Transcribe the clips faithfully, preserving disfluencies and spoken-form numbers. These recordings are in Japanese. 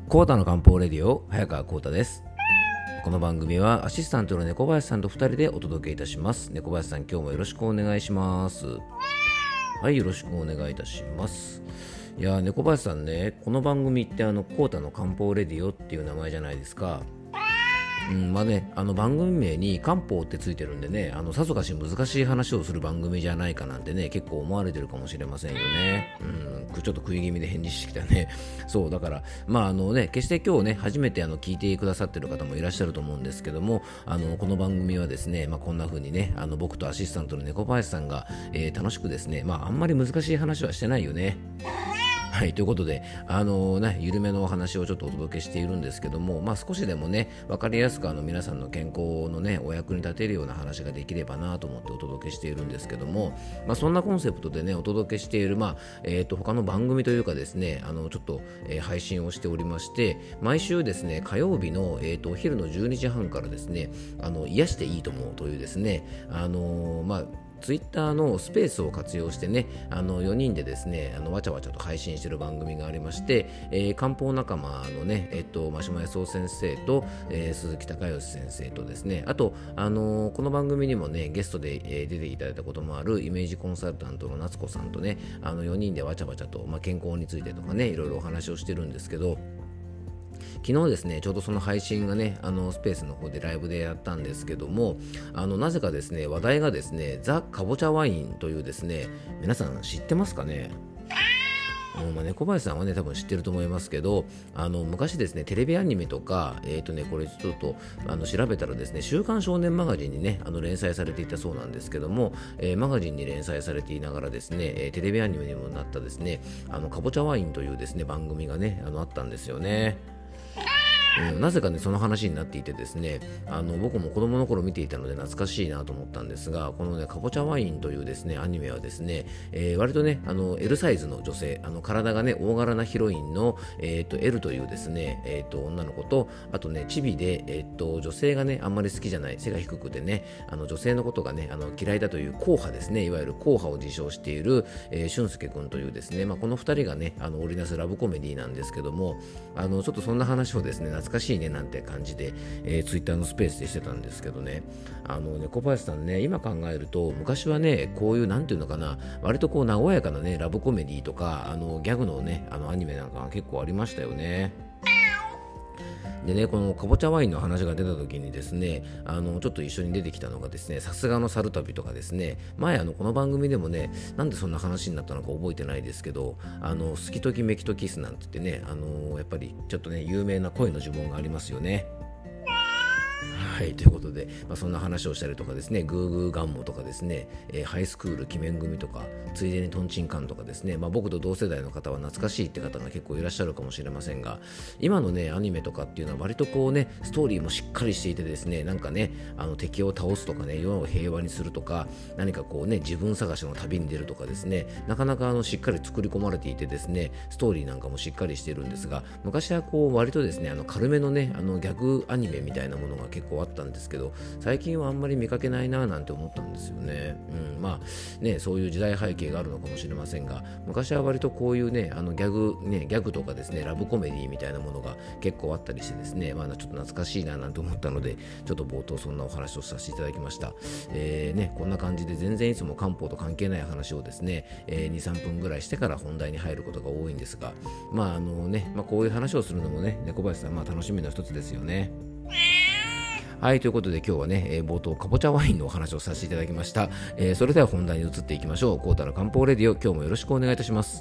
コータの漢方レディオ、早川コータです。この番組はアシスタントの猫林さんとふたりでお届けいたします。猫林さん、今日もよろしくお願いします。はい、よろしくお願いいたします。いやー、猫林さんね、この番組ってあのコータの漢方レディオっていう名前じゃないですか。うん、まあね、あの番組名に漢方ってついてるんでね、あのさぞかし難しい話をする番組じゃないかなんてね、結構思われてるかもしれませんよね。うん、ちょっと食い気味で返事してきたね。そうだからまああのね、決して今日ね初めてあの聞いてくださってる方もいらっしゃると思うんですけども、あのこの番組はですね、まあ、こんな風にね、あの僕とアシスタントの猫林さんが、えー、楽しくですね、まああんまり難しい話はしてないよね。はい、ということで、あのね、緩めのお話をちょっとお届けしているんですけども、まあ、少しでもね、分かりやすくあの皆さんの健康のね、お役に立てるような話ができればなと思ってお届けしているんですけども、まあ、そんなコンセプトでね、お届けしている、まあ、えーと、他の番組というかですね、あの、ちょっと、えー、配信をしておりまして、毎週ですね、火曜日の、えーと、お昼のじゅうにじはんからですね、あの、癒していいと思うというですね、あのー、まあ、ツイッターのスペースを活用してね、あのよにんでですね、あのわちゃわちゃと配信している番組がありまして、えー、漢方仲間のね、えっと、真島康夫先生と、えー、鈴木孝義先生とですね、あと、あのー、この番組にもね、ゲストで、えー、出ていただいたこともあるイメージコンサルタントの夏子さんとね、あのよにんでわちゃわちゃと、まあ、健康についてとかね、いろいろお話をしてるんですけど、昨日ですね、ちょうどその配信がね、あのスペースの方でライブでやったんですけども、あのなぜかですね、話題がですね、ザ・かぼちゃワインというですね、皆さん知ってますかね。うんまあ、猫林さんはね多分知ってると思いますけど、あの昔ですねテレビアニメとか、えーとね、これちょっとあの調べたらですね、週刊少年マガジンにねあの連載されていたそうなんですけども、えー、マガジンに連載されていながらですね、えー、テレビアニメにもなったですね、あのかぼちゃワインというですね番組がねあのあったんですよね。うん、なぜかねその話になっていてですね、あの僕も子供の頃見ていたので懐かしいなと思ったんですが、このねかぼちゃワインというですねアニメはですね、えー、割とねあの L サイズの女性、あの体がね大柄なヒロインの、えー、と L というですね、えー、と女の子と、あとねチビで、えー、と女性がねあんまり好きじゃない、背が低くてねあの女性のことがねあの嫌いだという硬派ですね、いわゆる硬派を自称している、えー、俊介くんというですね、まあ、このふたりがねあの織りなすラブコメディなんですけども、あのちょっとそんな話をですね懐かしいねなんて感じで、えー、ツイッターのスペースでしてたんですけどね、あの猫林さんね、今考えると昔はねこういうなんていうのかな、割とこう和やかなねラブコメディとかあのギャグのねあのアニメなんかが結構ありましたよね。でね、このかぼちゃワインの話が出た時にですね、あのちょっと一緒に出てきたのがですね、さすがの猿旅とかですね、前あのこの番組でもね、なんでそんな話になったのか覚えてないですけど、あの好きときめきとキスなんて言ってね、あのやっぱりちょっとね有名な恋の呪文がありますよね。はい、ということで、まあ、そんな話をしたりとかですね、グーグーガンモとかですね、えー、ハイスクール鬼面組とか、ついでにトンチンカンとかですね、まあ、僕と同世代の方は懐かしいって方が結構いらっしゃるかもしれませんが、今のねアニメとかっていうのは割とこうねストーリーもしっかりしていてですね、なんかねあの敵を倒すとかね、世を平和にするとか、何かこうね自分探しの旅に出るとかですね、なかなかあのしっかり作り込まれていてですね、ストーリーなんかもしっかりしているんですが、昔はこう割とですねあの軽めのねあのギャグアニメみたいなものが結構あったんですけど、最近はあんまり見かけないななんて思ったんですよね。うん、まあね、そういう時代背景があるのかもしれませんが、昔は割とこういうねあのギャグねギャグとかですねラブコメディみたいなものが結構あったりしてですね、まあちょっと懐かしいななんて思ったので、ちょっと冒頭そんなお話をさせていただきました。えー、ねこんな感じで全然いつも漢方と関係ない話をですね、えー、にさんぷんぐらいしてから本題に入ることが多いんですが、まああのね、まあ、こういう話をするのもね猫林さんまあ楽しみの一つですよね。はい、ということで今日はね、えー、冒頭かぼちゃワインのお話をさせていただきました。えー、それでは本題に移っていきましょう。コータの漢方レディオ、今日もよろしくお願いいたします。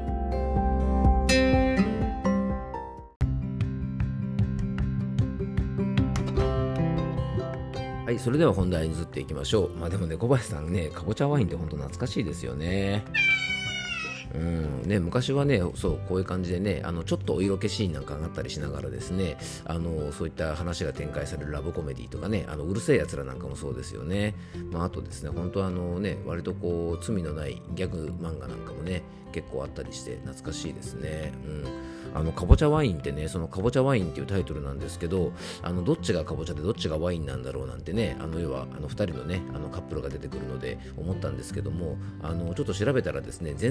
はい、それでは本題に移っていきましょう。まあでもね、小林さんね、かぼちゃワインって本当懐かしいですよね。うんね、昔はね、そうこういう感じでね、あのちょっとお色気シーンなんかがあったりしながらですね、あのそういった話が展開されるラブコメディとかね、あのうるせえやつらなんかもそうですよね。まあ、あとですね、本当はあのね、割とこう罪のないギャグ漫画なんかもね、結構あったりして懐かしいですね。うん、あのかぼちゃワインってね、そのかぼちゃワインっていうタイトルなんですけど、あのどっちがかぼちゃでどっちがワインなんだろうなんてね、あの要はあのふたりのねあのカップルが出てくるので思ったんですけども、あのちょっと調べたらですね、全然関係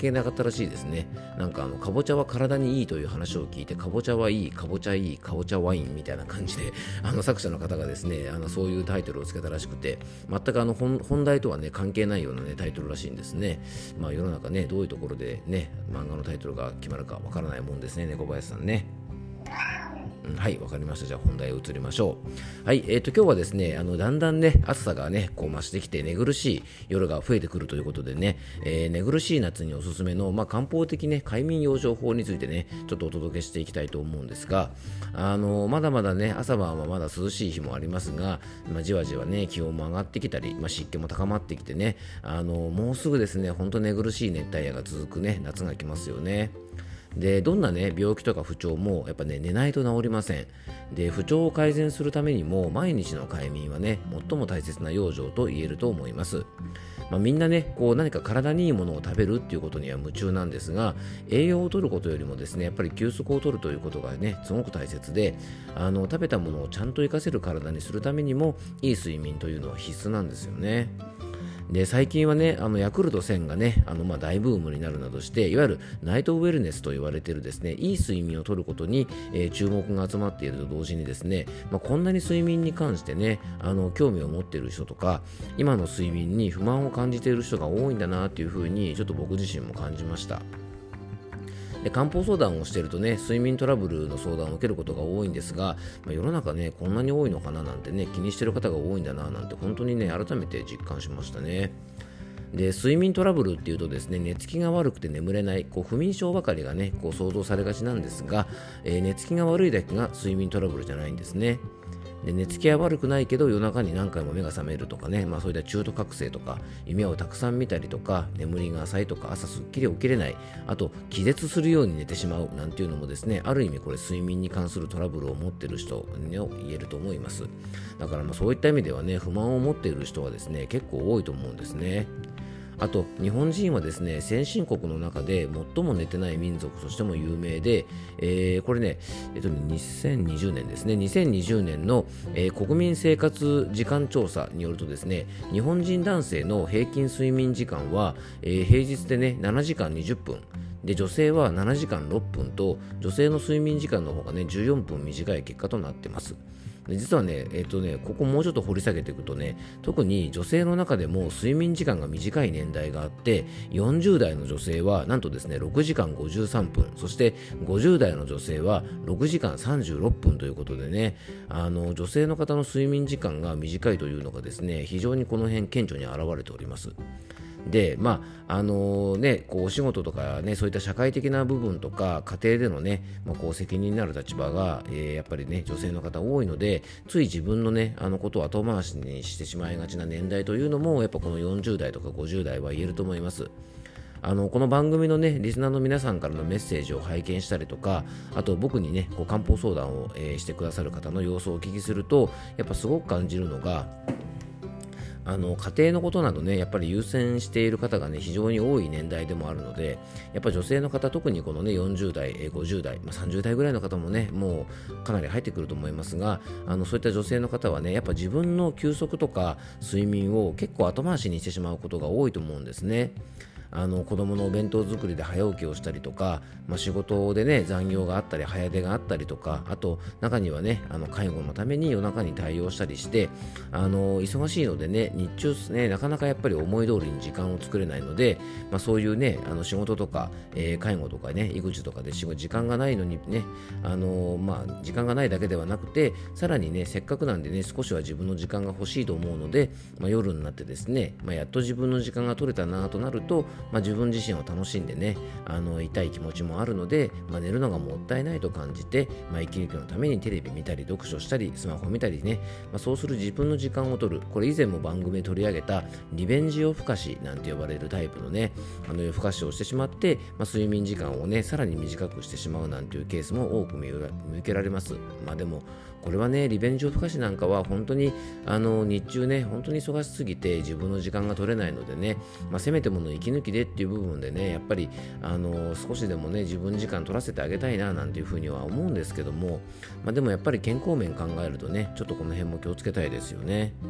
係なかったらしいですね。なんかあのかぼちゃは体にいいという話を聞いて、かぼちゃはいい、かぼちゃいい、かぼちゃワインみたいな感じで、あの作者の方がですね、あのそういうタイトルをつけたらしくて、全くあの 本, 本題とはね関係ないような、ね、タイトルらしいんですね。まあ世の中ね、どういうところでね漫画のタイトルが決まるかわからないもんですね、猫林さんね。はい、わかりました。じゃあ本題へ移りましょう。はい、えーと今日はですね、あのだんだんね暑さがねこう増してきて寝苦しい夜が増えてくるということでね、えー、寝苦しい夏におすすめの、まあ、漢方的ね快眠養生法についてねちょっとお届けしていきたいと思うんですが、あのまだまだね朝晩はまだ涼しい日もありますが、まあ、じわじわね気温も上がってきたり、まあ、湿気も高まってきてね、あのもうすぐですね本当寝苦しい熱帯夜が続くね夏が来ますよね。でどんなね病気とか不調もやっぱね寝ないと治りません。で不調を改善するためにも毎日の快眠はね最も大切な養生と言えると思います。まあ、みんなねこう何か体にいいものを食べるっていうことには夢中なんですが、栄養を取ることよりもですねやっぱり休息を取るということがねすごく大切で、あの食べたものをちゃんと活かせる体にするためにもいい睡眠というのは必須なんですよね。で最近はねあのヤクルトせんがねあのまあ大ブームになるなどして、いわゆるナイトウェルネスと言われているですねいい睡眠をとることに、えー、注目が集まっていると同時にですね、まあ、こんなに睡眠に関してねあの興味を持っている人とか今の睡眠に不満を感じている人が多いんだなというふうにちょっと僕自身も感じました。で漢方相談をしているとね睡眠トラブルの相談を受けることが多いんですが、まあ、世の中ねこんなに多いのかななんてね気にしている方が多いんだななんて本当にね改めて実感しましたね。で睡眠トラブルっていうとですね寝つきが悪くて眠れないこう不眠症ばかりがねこう想像されがちなんですが、えー、寝つきが悪いだけが睡眠トラブルじゃないんですね。で寝つきは悪くないけど夜中に何回も目が覚めるとかね、まあ、そういった中途覚醒とか夢をたくさん見たりとか眠りが浅いとか朝すっきり起きれない、あと気絶するように寝てしまうなんていうのもですねある意味これ睡眠に関するトラブルを持っている人に言えると思います。だからまあそういった意味ではね不満を持っている人はですね結構多いと思うんですね。あと日本人はですね先進国の中で最も寝てない民族としても有名で、えー、これね、えっと、にせんにじゅうねんですねにせんにじゅうねんの、えー、国民生活時間調査によるとですね日本人男性の平均睡眠時間は、えー、平日でねしちじかんにじゅっぷんで女性はしちじかんろっぷんと女性の睡眠時間の方がねじゅうよんぷん短い結果となっています。で実はね、えっとね、ここもうちょっと掘り下げていくとね、特に女性の中でも睡眠時間が短い年代があって、よんじゅう代の女性はなんとですね、ろくじかんごじゅうさんぷん、そしてごじゅう代の女性はろくじかんさんじゅうろっぷんということでね、あの女性の方の睡眠時間が短いというのがですね、非常にこの辺顕著に現れております。でまああのー、ねこうお仕事とかねそういった社会的な部分とか家庭でのね、まあ、こう責任になる立場が、えー、やっぱりね女性の方多いのでつい自分のねあのことを後回しにしてしまいがちな年代というのもやっぱこのよんじゅう代とかごじゅう代は言えると思います。あのこの番組のねリスナーの皆さんからのメッセージを拝見したりとか、あと僕にねこう漢方相談を、えー、してくださる方の様子をお聞きするとやっぱすごく感じるのがあの家庭のことなどねやっぱり優先している方がね非常に多い年代でもあるので、やっぱ女性の方特にこのねよんじゅう代、ごじゅう代、まあ、さんじゅう代ぐらいの方もねもうかなり入ってくると思いますが、あのそういった女性の方はねやっぱ自分の休息とか睡眠を結構後回しにしてしまうことが多いと思うんですね。あの子供のお弁当作りで早起きをしたりとか、まあ、仕事でね残業があったり早出があったりとか、あと中にはねあの介護のために夜中に対応したりしてあの忙しいのでね日中ねなかなかやっぱり思い通りに時間を作れないので、まあ、そういうねあの仕事とか、えー、介護とかね育児とかで仕事時間がないのにねあの、まあ、時間がないだけではなくてさらにねせっかくなんでね少しは自分の時間が欲しいと思うので、まあ、夜になってですね、まあ、やっと自分の時間が取れたなとなるとまあ、自分自身を楽しんでねあの痛い気持ちもあるので、まあ、寝るのがもったいないと感じて、まあ、生き抜きのためにテレビ見たり読書したりスマホ見たりね、まあ、そうする自分の時間を取る、これ以前も番組で取り上げたリベンジ夜更かしなんて呼ばれるタイプのねあの夜更かしをしてしまって、まあ、睡眠時間をねさらに短くしてしまうなんていうケースも多く見受けられます。まあでもこれはねリベンジ夜更かしなんかは本当にあの日中ね本当に忙しすぎて自分の時間が取れないのでね、まあ、せめてもの息抜きでっていう部分でねやっぱりあの少しでもね自分時間取らせてあげたいななんていうふうには思うんですけども、まあ、でもやっぱり健康面考えるとねちょっとこの辺も気をつけたいですよね。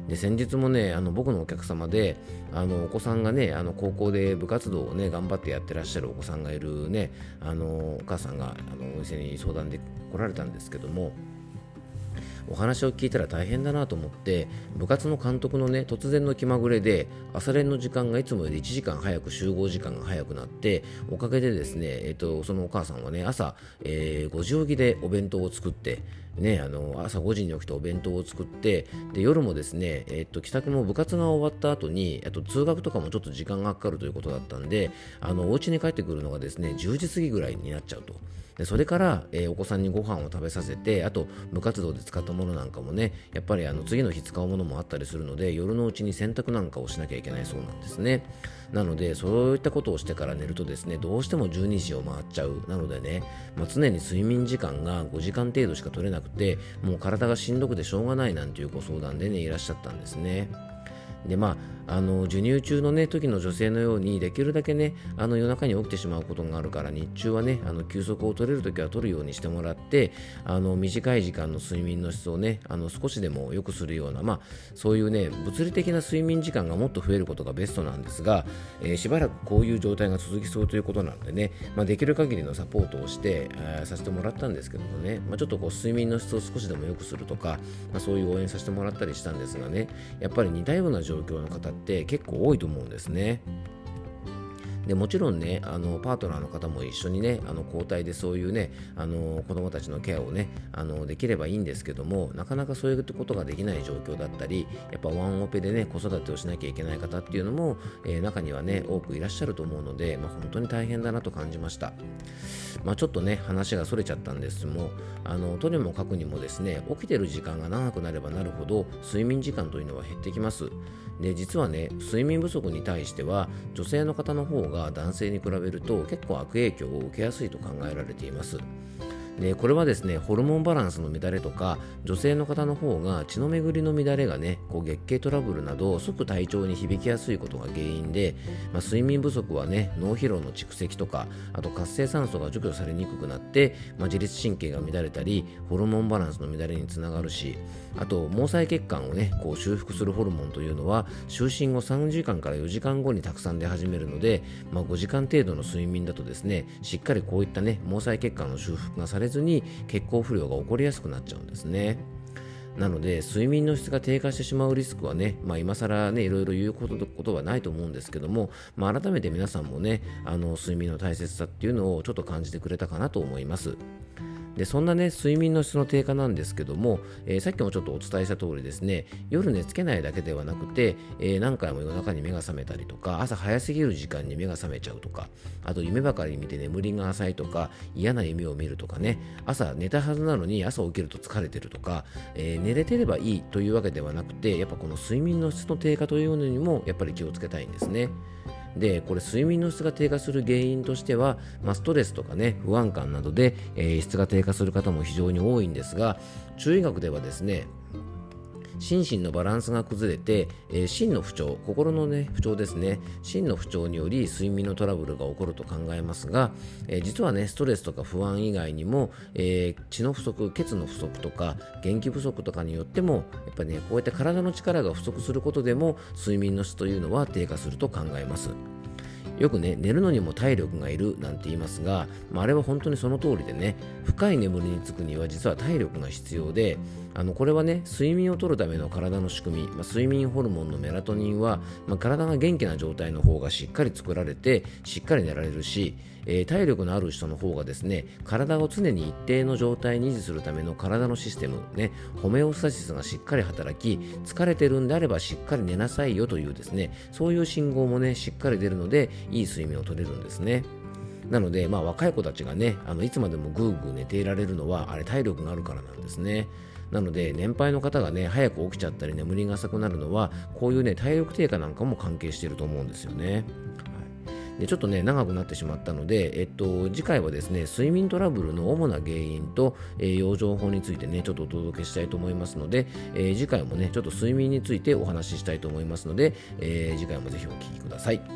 で先日もねあの僕のお客様であのお子さんがねあの高校で部活動をね頑張ってやってらっしゃるお子さんがいるねあのお母さんがあのお店に相談で来られたんですけども、お話を聞いたら大変だなと思って、部活の監督のね突然の気まぐれで朝練の時間がいつもよりいちじかん早く集合時間が早くなって、おかげでですね、えっと、そのお母さんはね朝、えー、ごじ起きでお弁当を作ってね、あの朝ごじに起きてお弁当を作って、で夜もですね、えっと、帰宅も部活が終わった後にあと通学とかもちょっと時間がかかるということだったんで、あのお家に帰ってくるのがですねじゅうじ過ぎぐらいになっちゃうと。でそれから、えー、お子さんにご飯を食べさせて、あと部活動で使ったものなんかもねやっぱりあの次の日使うものもあったりするので、夜のうちに洗濯なんかをしなきゃいけないそうなんですね。なのでそういったことをしてから寝るとですね、どうしてもじゅうにじを回っちゃう。なのでね、まあ、常に睡眠時間がごじかん程度しか取れなくて、もう体がしんどくてしょうがないなんていうご相談でねいらっしゃったんですね。でまあ、あの授乳中の、ね、時の女性のようにできるだけねあの夜中に起きてしまうことがあるから、日中はねあの休息を取れるときは取るようにしてもらって、あの短い時間の睡眠の質をねあの少しでも良くするような、まあ、そういうね物理的な睡眠時間がもっと増えることがベストなんですが、えー、しばらくこういう状態が続きそうということなのでね、まあ、できる限りのサポートをして、えー、させてもらったんですけどもね、まあ、ちょっとこう睡眠の質を少しでも良くするとか、まあ、そういう応援させてもらったりしたんですがね、やっぱり似たような状況の方って結構多いと思うんですね。でもちろんねあのパートナーの方も一緒にねあの交代でそういうねあの子供たちのケアをねあのできればいいんですけども、なかなかそういうことができない状況だったり、やっぱワンオペでね子育てをしなきゃいけない方っていうのも、えー、中にはね多くいらっしゃると思うので、まあ、本当に大変だなと感じました。まあ、ちょっとね話がそれちゃったんですも、あのとにもかくにもですね、起きてる時間が長くなればなるほど睡眠時間というのは減ってきます。で実はね睡眠不足に対しては女性の方の方が男性に比べると結構悪影響を受けやすいと考えられています。でこれはですねホルモンバランスの乱れとか、女性の方の方が血の巡りの乱れがねこう月経トラブルなど即体調に響きやすいことが原因で、まあ、睡眠不足はね脳疲労の蓄積とか、あと活性酸素が除去されにくくなって、まあ、自律神経が乱れたりホルモンバランスの乱れにつながるし、あと毛細血管をねこう修復するホルモンというのは就寝後さんじかんからよじかんごにたくさん出始めるので、まあ、ごじかん程度の睡眠だとですねしっかりこういったね毛細血管の修復がされずに血行不良が起こりやすくなっちゃうんですね。なので睡眠の質が低下してしまうリスクはね、まあ、今更ねいろいろ言うことことはないと思うんですけども、まあ、改めて皆さんもねあの睡眠の大切さっていうのをちょっと感じてくれたかなと思います。でそんなね睡眠の質の低下なんですけども、えー、さっきもちょっとお伝えした通りですね、夜寝つけないだけではなくて、えー、何回も夜中に目が覚めたりとか、朝早すぎる時間に目が覚めちゃうとか、あと夢ばかり見て眠りが浅いとか、嫌な夢を見るとかね、朝寝たはずなのに朝起きると疲れてるとか、えー、寝れてればいいというわけではなくて、やっぱこの睡眠の質の低下というのにもやっぱり気をつけたいんですね。でこれ睡眠の質が低下する原因としては、まあ、ストレスとかね不安感などで、えー、質が低下する方も非常に多いんですが、中医学ではですね心身のバランスが崩れて、えー、心の不調、心の、ね、不調ですね、心の不調により睡眠のトラブルが起こると考えますが、えー、実はねストレスとか不安以外にも、えー、血の不足、血の不足とか元気不足とかによってもやっぱりねこうやって体の力が不足することでも睡眠の質というのは低下すると考えます。よくね寝るのにも体力がいるなんて言いますが、まあ、あれは本当にその通りでね、深い眠りにつくには実は体力が必要で、あのこれはね睡眠をとるための体の仕組み、まあ、睡眠ホルモンのメラトニンは、まあ、体が元気な状態の方がしっかり作られてしっかり寝られるし、えー、体力のある人の方がですね体を常に一定の状態に維持するための体のシステム、ね、ホメオスタシスがしっかり働き、疲れてるんであればしっかり寝なさいよというですねそういう信号もねしっかり出るのでいい睡眠を取れるんですね。なので、まあ、若い子たちがねあのいつまでもぐーぐー寝ていられるのはあれ体力があるからなんですね。なので年配の方がね早く起きちゃったり眠りが浅くなるのはこういうね体力低下なんかも関係していると思うんですよね。でちょっとね長くなってしまったので、えっと、次回はですね睡眠トラブルの主な原因と、えー、養生法についてねちょっとお届けしたいと思いますので、えー、次回もねちょっと睡眠についてお話ししたいと思いますので、えー、次回もぜひお聞きください。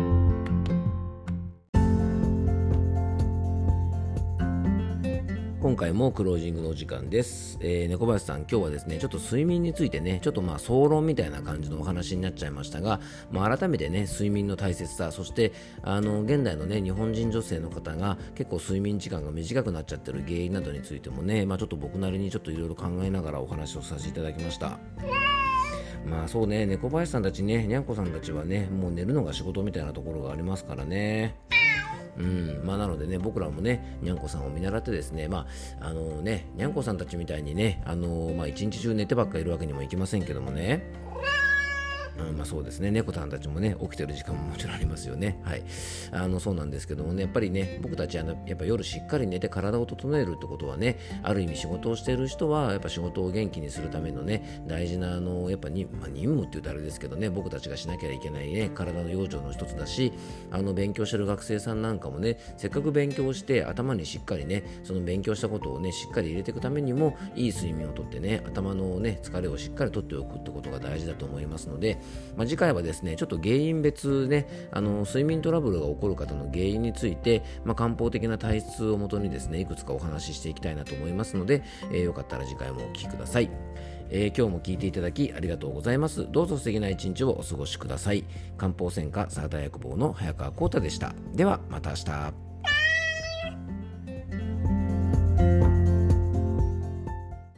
今今回もクロージングのお時間です。えー、猫林さん、今日はですね、ちょっと睡眠についてね、ちょっとまあ総論みたいな感じのお話になっちゃいましたが、まあ、改めてね、睡眠の大切さ、そしてあの現代のね、日本人女性の方が結構睡眠時間が短くなっちゃってる原因などについてもね、まあ、ちょっと僕なりにちょっといろいろ考えながらお話をさせていただきました。まあそうね、猫林さんたちね、にゃんこさんたちはね、もう寝るのが仕事みたいなところがありますからね。うん、まあなのでね、僕らもね、にゃんこさんを見習ってですね、まああのね、にゃんこさんたちみたいにね、あのまあ一日中寝てばっかいるわけにもいきませんけどもね。うん、まあそうですね、猫さんたちもね、起きてる時間ももちろんありますよね。はい。あの、そうなんですけどもね、やっぱりね、僕たちはやっぱ夜しっかり寝て体を整えるってことはね、ある意味仕事をしている人は、やっぱ仕事を元気にするためのね、大事な、あの、やっぱに、まあ、任務って言うとあれですけどね、僕たちがしなきゃいけないね、体の養生の一つだし、あの、勉強してる学生さんなんかもね、せっかく勉強して頭にしっかりね、その勉強したことをね、しっかり入れていくためにも、いい睡眠をとってね、頭のね、疲れをしっかりとっておくってことが大事だと思いますので、まあ、次回はですね、ちょっと原因別ね、あの睡眠トラブルが起こる方の原因について、まあ、漢方的な体質をもとにですね、いくつかお話ししていきたいなと思いますので、えー、よかったら次回もお聞きください。えー、今日も聞いていただきありがとうございます。どうぞ素敵な一日をお過ごしください。漢方専科サラダ薬房の早川浩太でした。ではまた明日。